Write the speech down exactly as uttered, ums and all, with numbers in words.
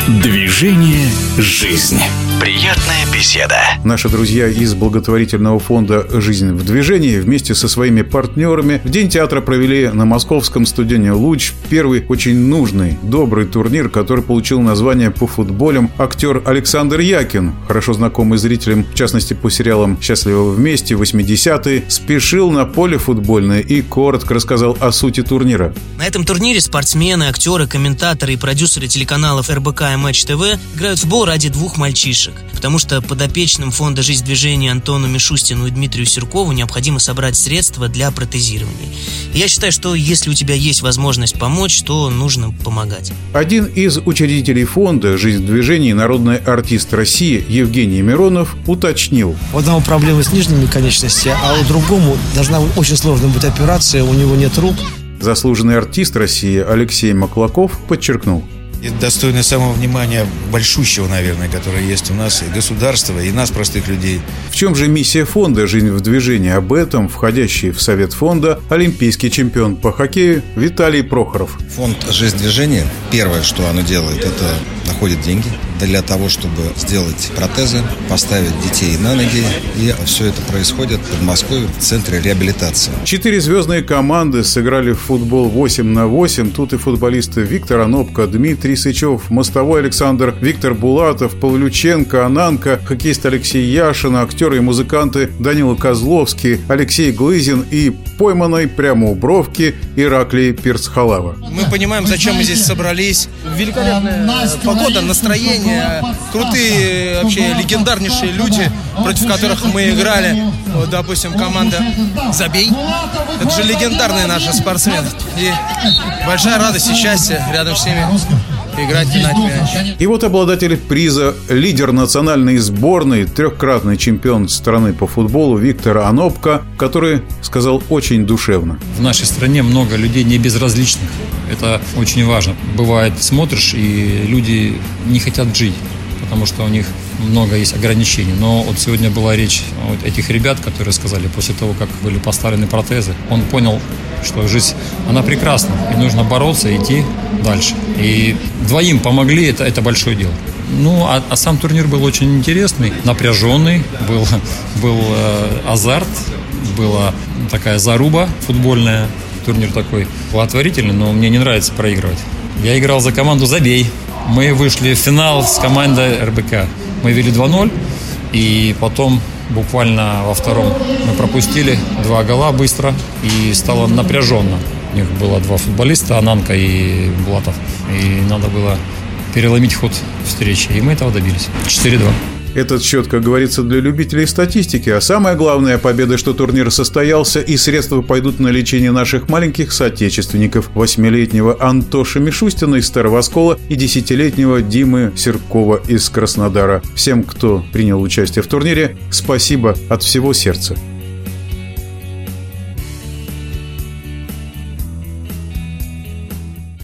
Движение «Жизнь». Приятная беседа. Наши друзья из благотворительного фонда «Жизнь в движении» вместе со своими партнерами в День театра провели на московском стадионе «Луч» первый очень нужный, добрый турнир, который получил название по футболям актер Александр Якин, хорошо знакомый зрителям, в частности по сериалам «Счастливы вместе», «восьмидесятые», спешил на поле футбольное и коротко рассказал о сути турнира. На этом турнире спортсмены, актеры, комментаторы и продюсеры телеканалов эр бэ ка и Матч ТВ играют в футбол ради двух мальчишек. Потому что подопечным фонда «Жизнь в движении» Антону Мишустину и Дмитрию Серкову необходимо собрать средства для протезирования. И я считаю, что если у тебя есть возможность помочь, то нужно помогать. Один из учредителей фонда «Жизнь в движении», народный артист России Евгений Миронов, уточнил. У одного проблемы с нижними конечностями, а у другому должна очень сложная быть операция, у него нет рук. Заслуженный артист России Алексей Маклаков подчеркнул. Это достойно самого внимания большущего, наверное, которое есть у нас, и государства, и нас, простых людей. В чем же миссия фонда «Жизнь в движении»? Об этом входящий в совет фонда олимпийский чемпион по хоккею Виталий Прохоров. Фонд «Жизнь в движении», первое, что оно делает, это находит деньги для того, чтобы сделать протезы, поставить детей на ноги. И все это происходит в Подмосковье, в центре реабилитации. Четыре звездные команды сыграли в футбол восемь на восемь. Тут и футболисты Виктор Анопко, Дмитрий Сычев, Мостовой Александр, Виктор Булатов, Павлюченко, Ананко, хоккеист Алексей Яшин, актеры и музыканты Данила Козловский, Алексей Глызин и пойманный прямо у бровки Ираклий Пирсхалава. Мы понимаем, зачем мы здесь собрались. Великолепная погода, настроение, крутые, вообще легендарнейшие люди, против которых мы играли. Вот, допустим, команда «Забей». Это же легендарные наши спортсмены. И большая радость и счастье рядом с ними играть и гнать мяч. И вот обладатель приза, лидер национальной сборной, трехкратный чемпион страны по футболу Виктор Анопко, который сказал очень душевно. В нашей стране много людей не безразличных. Это очень важно. Бывает, смотришь, и люди не хотят жить, потому что у них много есть ограничений. Но вот сегодня была речь вот этих ребят, которые сказали, после того, как были поставлены протезы, он понял, что жизнь, она прекрасна, и нужно бороться и идти дальше. И двоим помогли, это, это большое дело. Ну, а, а сам турнир был очень интересный, напряженный, был, был э, азарт, была такая заруба футбольная. Турнир такой благотворительный, но мне не нравится проигрывать. Я играл за команду «Забей». Мы вышли в финал с командой эр бэ ка. Мы вели два ноль, и потом буквально во втором мы пропустили два гола быстро, и стало напряженно. У них было два футболиста, Ананко и Булатов, и надо было переломить ход встречи, и мы этого добились. четыре-два. Этот счет, как говорится, для любителей статистики. А самое главное, победа, что турнир состоялся, и средства пойдут на лечение наших маленьких соотечественников. Восьмилетнего Антоши Мишустина из Старого Оскола и десятилетнего Димы Серкова из Краснодара. Всем, кто принял участие в турнире, спасибо от всего сердца.